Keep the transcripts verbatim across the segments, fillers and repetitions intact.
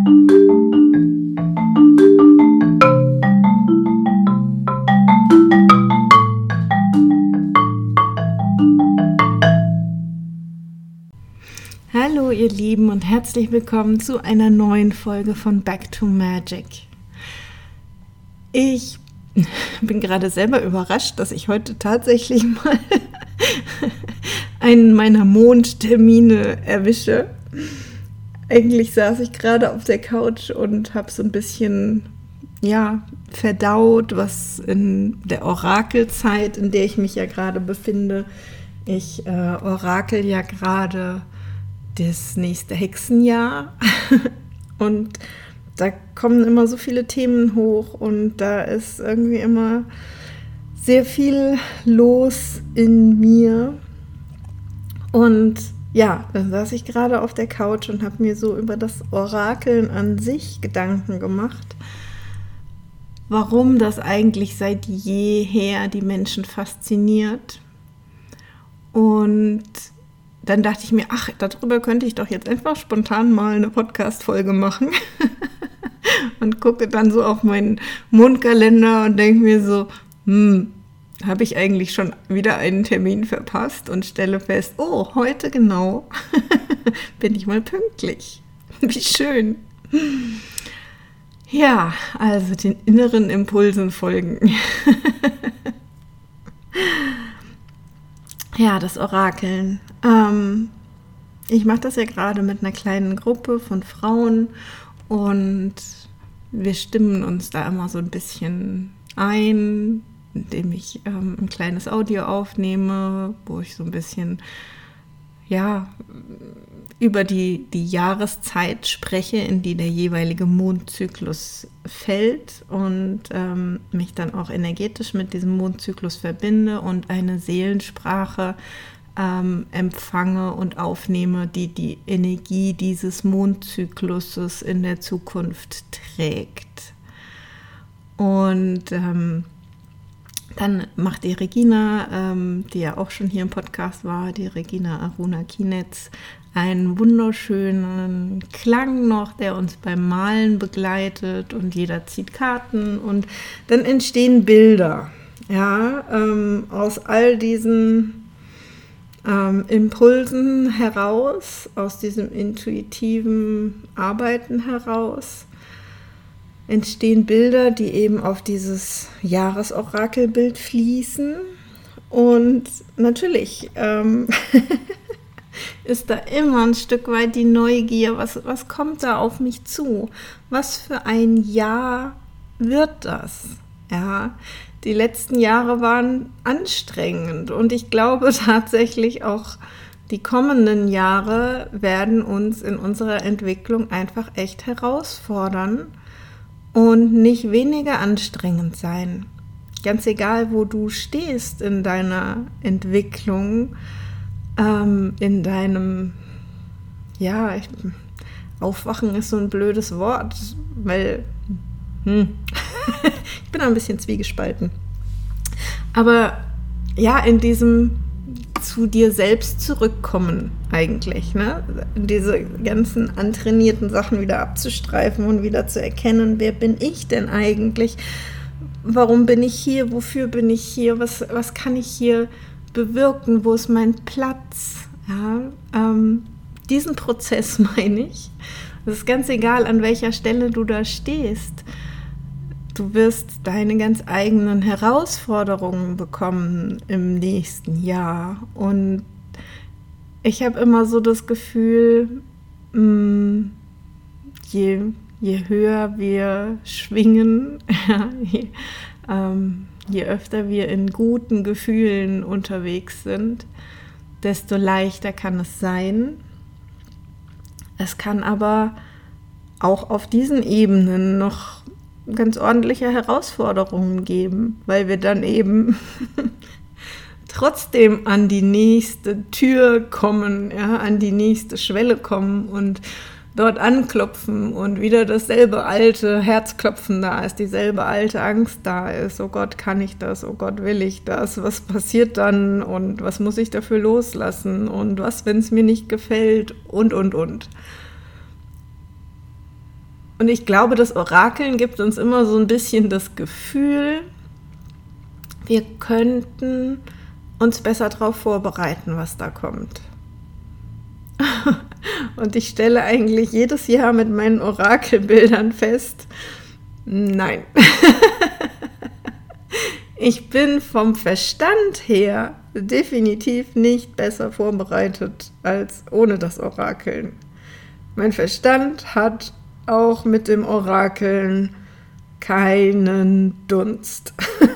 Hallo ihr Lieben und herzlich willkommen zu einer neuen Folge von Back to Magic. Ich bin gerade selber überrascht, dass ich heute tatsächlich mal einen meiner Mondtermine erwische. Eigentlich saß ich gerade auf der Couch und habe so ein bisschen ja, verdaut, was in der Orakelzeit, in der ich mich ja gerade befinde. Ich äh, orakel ja gerade das nächste Hexenjahr und da kommen immer so viele Themen hoch und da ist irgendwie immer sehr viel los in mir. Und ja, dann saß ich gerade auf der Couch und habe mir so über das Orakeln an sich Gedanken gemacht, warum das eigentlich seit jeher die Menschen fasziniert. Und dann dachte ich mir, ach, darüber könnte ich doch jetzt einfach spontan mal eine Podcast-Folge machen und gucke dann so auf meinen Mondkalender und denke mir so, hm, habe ich eigentlich schon wieder einen Termin verpasst und stelle fest, oh, heute genau bin ich mal pünktlich. Wie schön. Ja, also den inneren Impulsen folgen. Ja, das Orakeln. Ähm, ich mache das ja gerade mit einer kleinen Gruppe von Frauen und wir stimmen uns da immer so ein bisschen ein, indem ich ähm, ein kleines Audio aufnehme, wo ich so ein bisschen ja, über die, die Jahreszeit spreche, in die der jeweilige Mondzyklus fällt und ähm, mich dann auch energetisch mit diesem Mondzyklus verbinde und eine Seelensprache ähm, empfange und aufnehme, die die Energie dieses Mondzykluses in der Zukunft trägt. Und ähm, dann macht die Regina, ähm, die ja auch schon hier im Podcast war, die Regina Aruna Kinetz, einen wunderschönen Klang noch, der uns beim Malen begleitet und jeder zieht Karten und dann entstehen Bilder, ja, ähm, aus all diesen ähm, Impulsen heraus, aus diesem intuitiven Arbeiten heraus, entstehen Bilder, die eben auf dieses Jahresorakelbild fließen und natürlich ähm, ist da immer ein Stück weit die Neugier, was, was kommt da auf mich zu? Was für ein Jahr wird das? Ja, die letzten Jahre waren anstrengend und ich glaube tatsächlich auch, die kommenden Jahre werden uns in unserer Entwicklung einfach echt herausfordern und nicht weniger anstrengend sein. Ganz egal, wo du stehst in deiner Entwicklung, ähm, in deinem, ja, ich, Aufwachen ist so ein blödes Wort, weil hm, ich bin da ein bisschen zwiegespalten. Aber ja, in diesem zu dir selbst zurückkommen eigentlich, ne? Diese ganzen antrainierten Sachen wieder abzustreifen und wieder zu erkennen, wer bin ich denn eigentlich? Warum bin ich hier? Wofür bin ich hier? Was, was kann ich hier bewirken? Wo ist mein Platz? Ja, ähm, diesen Prozess meine ich. Es ist ganz egal, an welcher Stelle du da stehst. Du wirst deine ganz eigenen Herausforderungen bekommen im nächsten Jahr. Und ich habe immer so das Gefühl, mh, je, je höher wir schwingen, je, ähm, je öfter wir in guten Gefühlen unterwegs sind, desto leichter kann es sein. Es kann aber auch auf diesen Ebenen noch ganz ordentliche Herausforderungen geben, weil wir dann eben trotzdem an die nächste Tür kommen, ja, an die nächste Schwelle kommen und dort anklopfen und wieder dasselbe alte Herzklopfen da ist, dieselbe alte Angst da ist. Oh Gott, kann ich das? Oh Gott, will ich das? Was passiert dann? Und was muss ich dafür loslassen? Und was, wenn es mir nicht gefällt? Und, und, und. Und ich glaube, das Orakeln gibt uns immer so ein bisschen das Gefühl, wir könnten uns besser darauf vorbereiten, was da kommt. Und ich stelle eigentlich jedes Jahr mit meinen Orakelbildern fest, nein. Ich bin vom Verstand her definitiv nicht besser vorbereitet als ohne das Orakeln. Mein Verstand hat auch mit dem Orakeln keinen Dunst.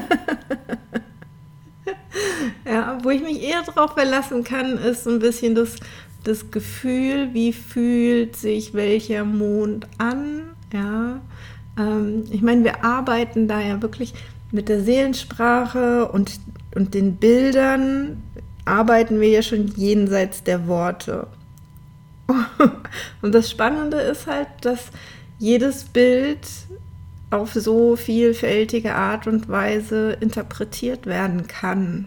Ja, wo ich mich eher drauf verlassen kann, ist ein bisschen das, das Gefühl, wie fühlt sich welcher Mond an. Ja, ähm, ich meine, wir arbeiten da ja wirklich mit der Seelensprache und, und den Bildern, arbeiten wir ja schon jenseits der Worte. Und das Spannende ist halt, dass jedes Bild auf so vielfältige Art und Weise interpretiert werden kann.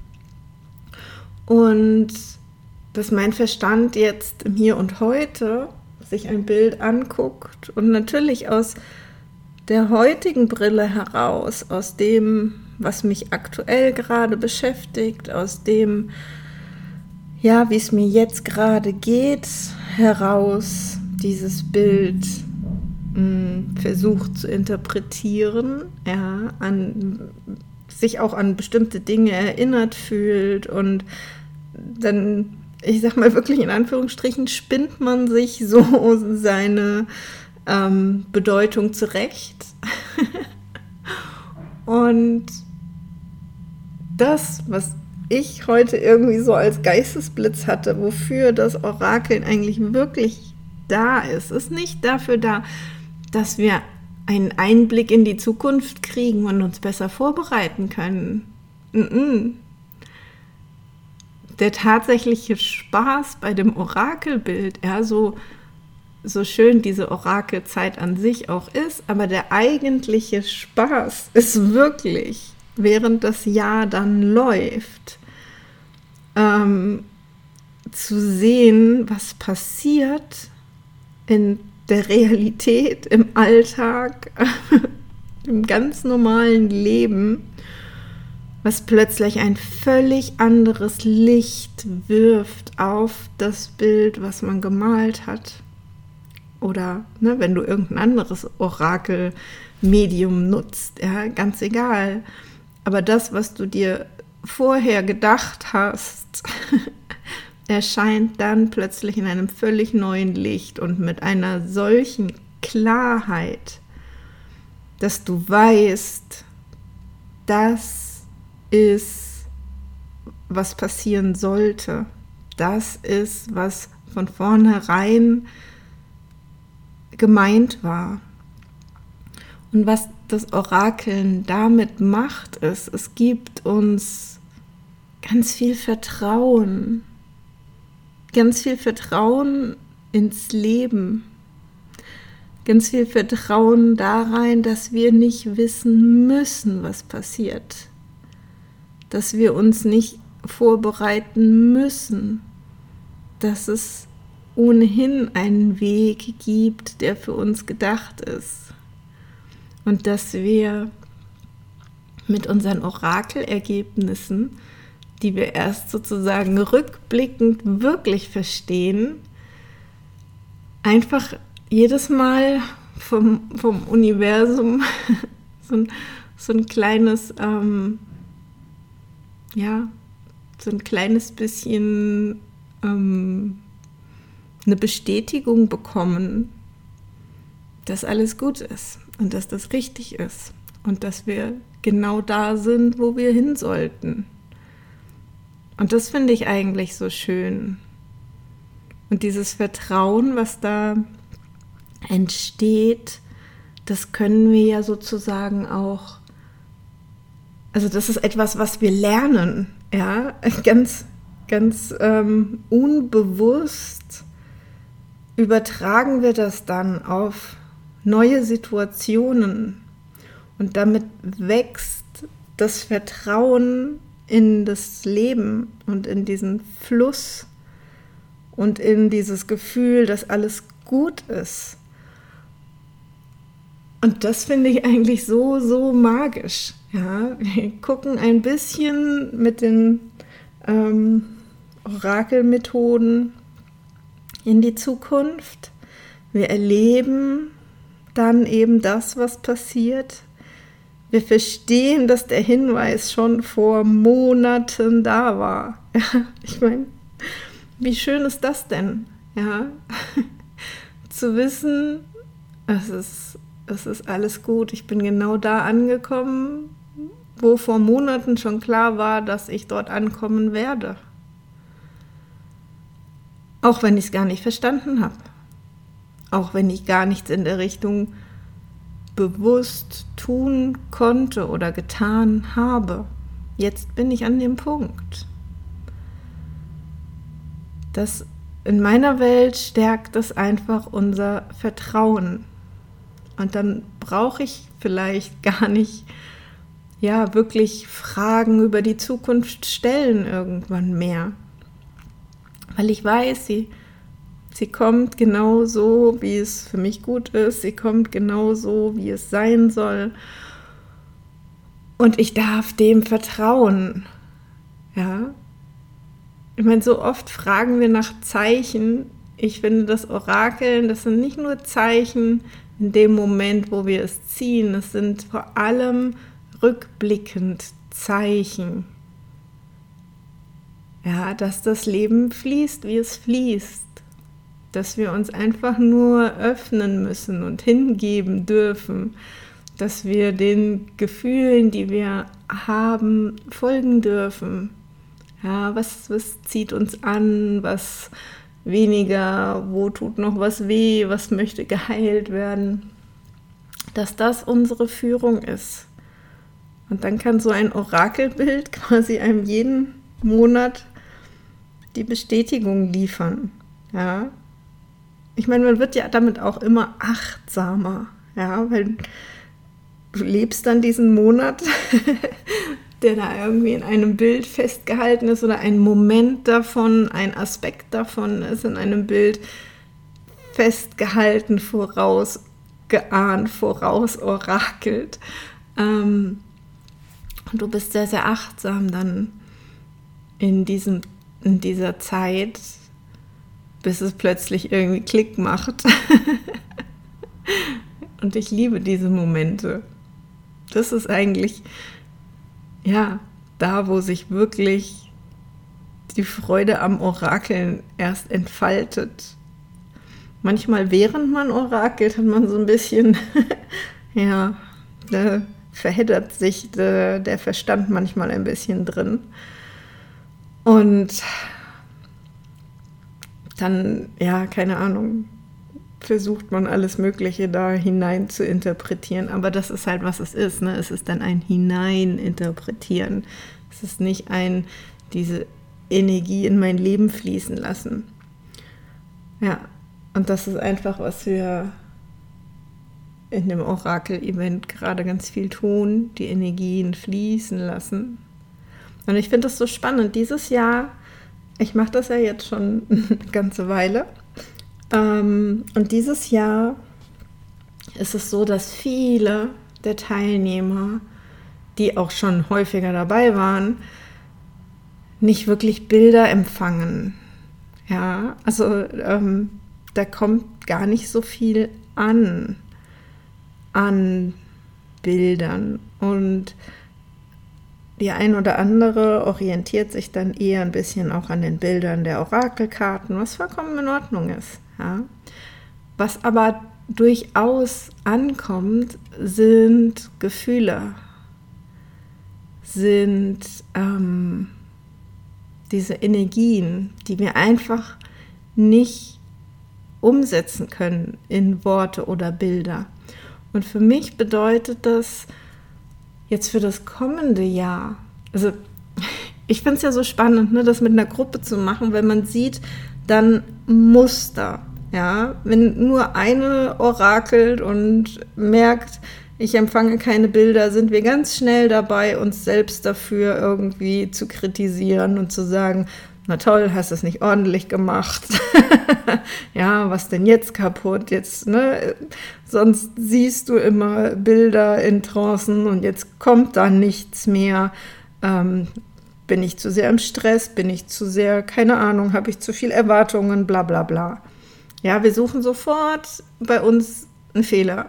Und dass mein Verstand jetzt im Hier und Heute sich ein Bild anguckt und natürlich aus der heutigen Brille heraus, aus dem, was mich aktuell gerade beschäftigt, aus dem, ja, wie es mir jetzt gerade geht, heraus dieses Bild mh, versucht zu interpretieren, ja, an, sich auch an bestimmte Dinge erinnert fühlt und dann, ich sag mal wirklich in Anführungsstrichen, spinnt man sich so seine ähm, Bedeutung zurecht. Und das, was ich heute irgendwie so als Geistesblitz hatte, wofür das Orakeln eigentlich wirklich da ist, ist nicht dafür da, dass wir einen Einblick in die Zukunft kriegen und uns besser vorbereiten können. Mm-mm. Der tatsächliche Spaß bei dem Orakelbild, ja, so, so schön diese Orakelzeit an sich auch ist, aber der eigentliche Spaß ist wirklich, während das Jahr dann läuft, ähm, zu sehen, was passiert in der Realität, im Alltag, im ganz normalen Leben, was plötzlich ein völlig anderes Licht wirft auf das Bild, was man gemalt hat. Oder ne, wenn du irgendein anderes Orakelmedium nutzt, ja, ganz egal. Aber das, was du dir vorher gedacht hast, erscheint dann plötzlich in einem völlig neuen Licht und mit einer solchen Klarheit, dass du weißt, das ist, was passieren sollte. Das ist, was von vornherein gemeint war. Und was das Orakeln damit macht, ist, es gibt uns ganz viel Vertrauen. Ganz viel Vertrauen ins Leben. Ganz viel Vertrauen da rein, dass wir nicht wissen müssen, was passiert. Dass wir uns nicht vorbereiten müssen. Dass es ohnehin einen Weg gibt, der für uns gedacht ist. Und dass wir mit unseren Orakelergebnissen, die wir erst sozusagen rückblickend wirklich verstehen, einfach jedes Mal vom, vom Universum so ein, so ein kleines, ähm, ja, so ein kleines bisschen ähm, eine Bestätigung bekommen, dass alles gut ist und dass das richtig ist und dass wir genau da sind, wo wir hin sollten. Und das finde ich eigentlich so schön. Und dieses Vertrauen, was da entsteht, das können wir ja sozusagen auch, also das ist etwas, was wir lernen, ja, ganz, ganz ähm, unbewusst übertragen wir das dann auf neue Situationen und damit wächst das Vertrauen in das Leben und in diesen Fluss und in dieses Gefühl, dass alles gut ist. Und das finde ich eigentlich so, so magisch. Ja, wir gucken ein bisschen mit den ähm, Orakelmethoden in die Zukunft. Wir erleben dann eben das, was passiert. Wir verstehen, dass der Hinweis schon vor Monaten da war. Ja, ich meine, wie schön ist das denn? Ja, zu wissen, es ist, es ist alles gut. Ich bin genau da angekommen, wo vor Monaten schon klar war, dass ich dort ankommen werde. Auch wenn ich es gar nicht verstanden habe. Auch wenn ich gar nichts in der Richtung bewusst tun konnte oder getan habe. Jetzt bin ich an dem Punkt. Das in meiner Welt stärkt das einfach unser Vertrauen. Und dann brauche ich vielleicht gar nicht, ja, wirklich Fragen über die Zukunft stellen irgendwann mehr. Weil ich weiß, sie Sie kommt genau so, wie es für mich gut ist. Sie kommt genau so, wie es sein soll. Und ich darf dem vertrauen. Ja. Ich meine, so oft fragen wir nach Zeichen. Ich finde, das Orakeln, das sind nicht nur Zeichen in dem Moment, wo wir es ziehen. Es sind vor allem rückblickend Zeichen. Ja, dass das Leben fließt, wie es fließt. Dass wir uns einfach nur öffnen müssen und hingeben dürfen, dass wir den Gefühlen, die wir haben, folgen dürfen. Ja, was, was zieht uns an, was weniger, wo tut noch was weh, was möchte geheilt werden. Dass das unsere Führung ist. Und dann kann so ein Orakelbild quasi einem jeden Monat die Bestätigung liefern. Ja. Ich meine, man wird ja damit auch immer achtsamer, ja, weil du lebst dann diesen Monat, der da irgendwie in einem Bild festgehalten ist oder ein Moment davon, ein Aspekt davon ist in einem Bild festgehalten, vorausgeahnt, vorausorakelt. Ähm, und du bist sehr, sehr achtsam dann in, diesem, in dieser Zeit, bis es plötzlich irgendwie Klick macht. Und ich liebe diese Momente. Das ist eigentlich, ja, da, wo sich wirklich die Freude am Orakeln erst entfaltet. Manchmal, während man orakelt, hat man so ein bisschen, ja, da verheddert sich der, der Verstand manchmal ein bisschen drin. Und dann, ja, keine Ahnung, versucht man alles Mögliche da hinein zu interpretieren. Aber das ist halt, was es ist. Ne? Es ist dann ein Hineininterpretieren. Es ist nicht ein, diese Energie in mein Leben fließen lassen. Ja, und das ist einfach, was wir in dem Orakel-Event gerade ganz viel tun, die Energien fließen lassen. Und ich finde das so spannend. Dieses Jahr, ich mache das ja jetzt schon eine ganze Weile, ähm, und dieses Jahr ist es so, dass viele der Teilnehmer, die auch schon häufiger dabei waren, nicht wirklich Bilder empfangen. Ja, also ähm, da kommt gar nicht so viel an, an Bildern. Und die ein oder andere orientiert sich dann eher ein bisschen auch an den Bildern der Orakelkarten, was vollkommen in Ordnung ist. Ja. Was aber durchaus ankommt, sind Gefühle, sind ähm, diese Energien, die wir einfach nicht umsetzen können in Worte oder Bilder. Und für mich bedeutet das jetzt für das kommende Jahr, also ich finde es ja so spannend, ne, das mit einer Gruppe zu machen, weil man sieht dann Muster. Ja, wenn nur eine orakelt und merkt, ich empfange keine Bilder, sind wir ganz schnell dabei, uns selbst dafür irgendwie zu kritisieren und zu sagen, na toll, hast es nicht ordentlich gemacht. Ja, was denn jetzt kaputt? Jetzt, ne? Sonst siehst du immer Bilder in Trancen und jetzt kommt da nichts mehr. Ähm, bin ich zu sehr im Stress? Bin ich zu sehr, keine Ahnung, habe ich zu viel Erwartungen? Bla bla bla. Ja, wir suchen sofort bei uns einen Fehler.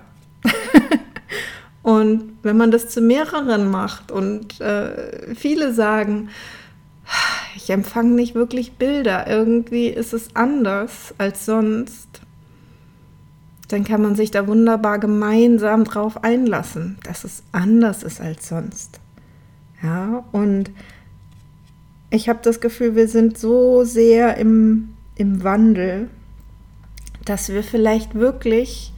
Und wenn man das zu mehreren macht und äh, viele sagen, ich empfange nicht wirklich Bilder, irgendwie ist es anders als sonst, dann kann man sich da wunderbar gemeinsam drauf einlassen, dass es anders ist als sonst. Ja, und ich habe das Gefühl, wir sind so sehr im, im Wandel, dass wir vielleicht wirklich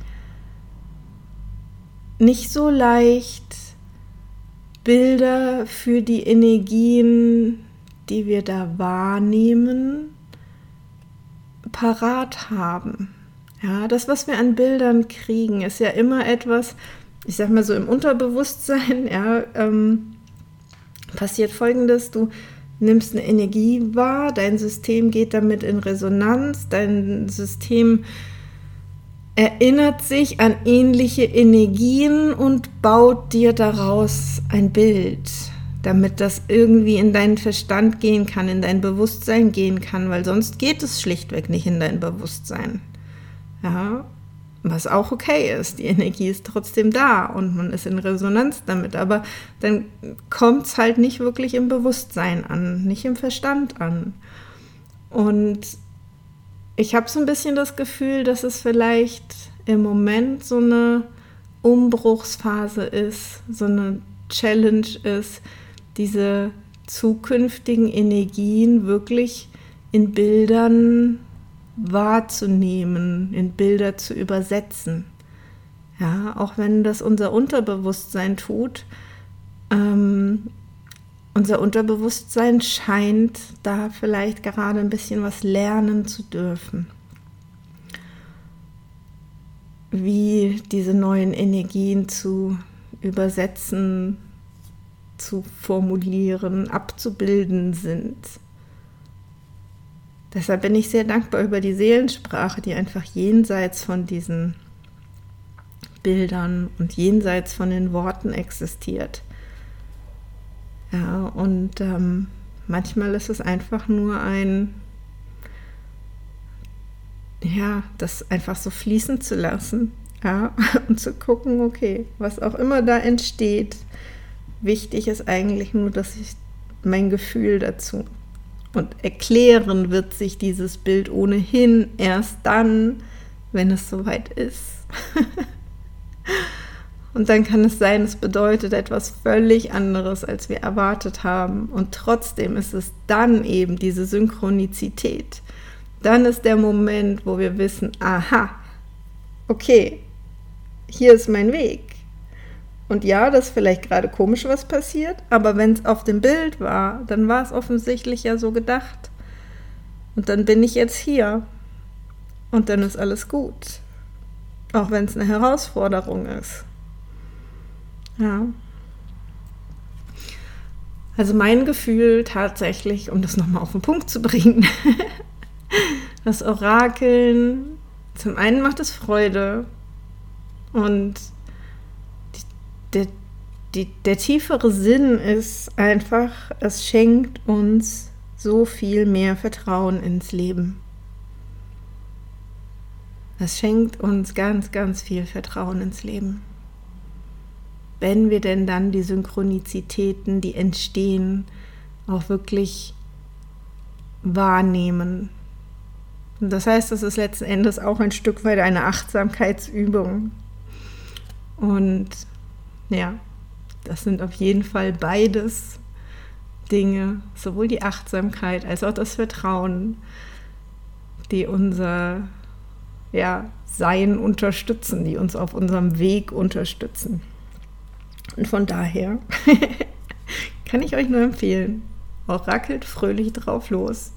nicht so leicht Bilder für die Energien, die wir da wahrnehmen, parat haben. Ja, das, was wir an Bildern kriegen, ist ja immer etwas, ich sag mal so im Unterbewusstsein, ja, ähm, passiert Folgendes, du nimmst eine Energie wahr, dein System geht damit in Resonanz, dein System erinnert sich an ähnliche Energien und baut dir daraus ein Bild, damit das irgendwie in deinen Verstand gehen kann, in dein Bewusstsein gehen kann, weil sonst geht es schlichtweg nicht in dein Bewusstsein. Ja, was auch okay ist, die Energie ist trotzdem da und man ist in Resonanz damit, aber dann kommt es halt nicht wirklich im Bewusstsein an, nicht im Verstand an. Und ich habe so ein bisschen das Gefühl, dass es vielleicht im Moment so eine Umbruchsphase ist, so eine Challenge ist, diese zukünftigen Energien wirklich in Bildern wahrzunehmen, in Bilder zu übersetzen. Ja, auch wenn das unser Unterbewusstsein tut, ähm, unser Unterbewusstsein scheint da vielleicht gerade ein bisschen was lernen zu dürfen. Wie diese neuen Energien zu übersetzen, zu formulieren, abzubilden sind. Deshalb bin ich sehr dankbar über die Seelensprache, die einfach jenseits von diesen Bildern und jenseits von den Worten existiert. Ja, und ähm, manchmal ist es einfach nur ein, ja, das einfach so fließen zu lassen, ja, und zu gucken, okay, was auch immer da entsteht, wichtig ist eigentlich nur, dass ich mein Gefühl dazu und erklären wird sich dieses Bild ohnehin erst dann, wenn es soweit ist. Und dann kann es sein, es bedeutet etwas völlig anderes, als wir erwartet haben. Und trotzdem ist es dann eben diese Synchronizität. Dann ist der Moment, wo wir wissen, aha, okay, hier ist mein Weg. Und ja, das ist vielleicht gerade komisch, was passiert, aber wenn es auf dem Bild war, dann war es offensichtlich ja so gedacht. Und dann bin ich jetzt hier. Und dann ist alles gut. Auch wenn es eine Herausforderung ist. Ja. Also mein Gefühl tatsächlich, um das nochmal auf den Punkt zu bringen, das Orakeln, zum einen macht es Freude und die, der, die, der tiefere Sinn ist einfach, es schenkt uns so viel mehr Vertrauen ins Leben. Es schenkt uns ganz, ganz viel Vertrauen ins Leben. Wenn wir denn dann die Synchronizitäten, die entstehen, auch wirklich wahrnehmen. Und das heißt, das ist letzten Endes auch ein Stück weit eine Achtsamkeitsübung. Und ja, das sind auf jeden Fall beides Dinge, sowohl die Achtsamkeit als auch das Vertrauen, die unser ja, Sein unterstützen, die uns auf unserem Weg unterstützen. Und von daher kann ich euch nur empfehlen, orakelt fröhlich drauf los.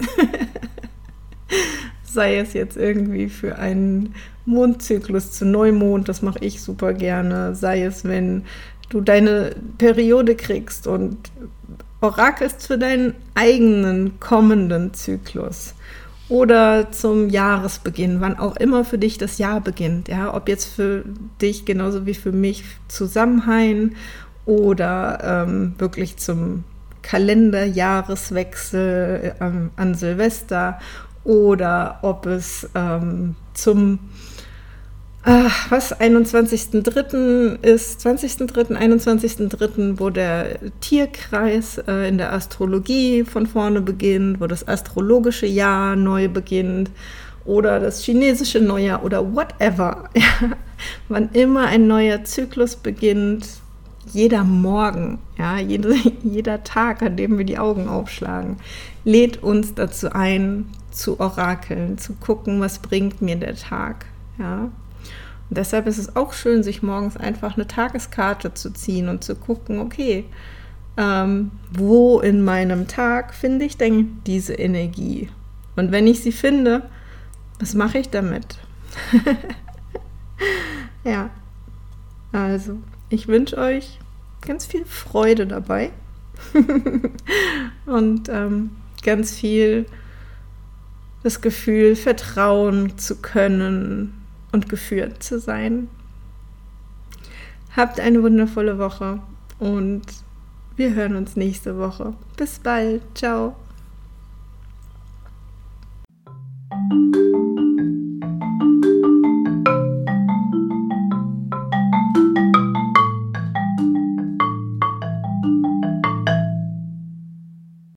Sei es jetzt irgendwie für einen Mondzyklus zu Neumond, das mache ich super gerne. Sei es, wenn du deine Periode kriegst und orakelst für deinen eigenen kommenden Zyklus oder zum Jahresbeginn, wann auch immer für dich das Jahr beginnt, ja, ob jetzt für dich genauso wie für mich zu Samhain oder ähm, wirklich zum Kalenderjahreswechsel ähm, an Silvester oder ob es ähm, zum Ach, was, einundzwanzigsten dritten ist, zwanzigsten dritten, einundzwanzigsten dritten, wo der Tierkreis äh, in der Astrologie von vorne beginnt, wo das astrologische Jahr neu beginnt oder das chinesische Neujahr oder whatever. Ja, wann immer ein neuer Zyklus beginnt, jeder Morgen, ja, jede, jeder Tag, an dem wir die Augen aufschlagen, lädt uns dazu ein, zu orakeln, zu gucken, was bringt mir der Tag, ja. Und deshalb ist es auch schön, sich morgens einfach eine Tageskarte zu ziehen und zu gucken, okay, ähm, wo in meinem Tag finde ich denn diese Energie? Und wenn ich sie finde, was mache ich damit? Ja, also ich wünsche euch ganz viel Freude dabei und ähm, ganz viel das Gefühl, vertrauen zu können und geführt zu sein. Habt eine wundervolle Woche und wir hören uns nächste Woche. Bis bald. Ciao.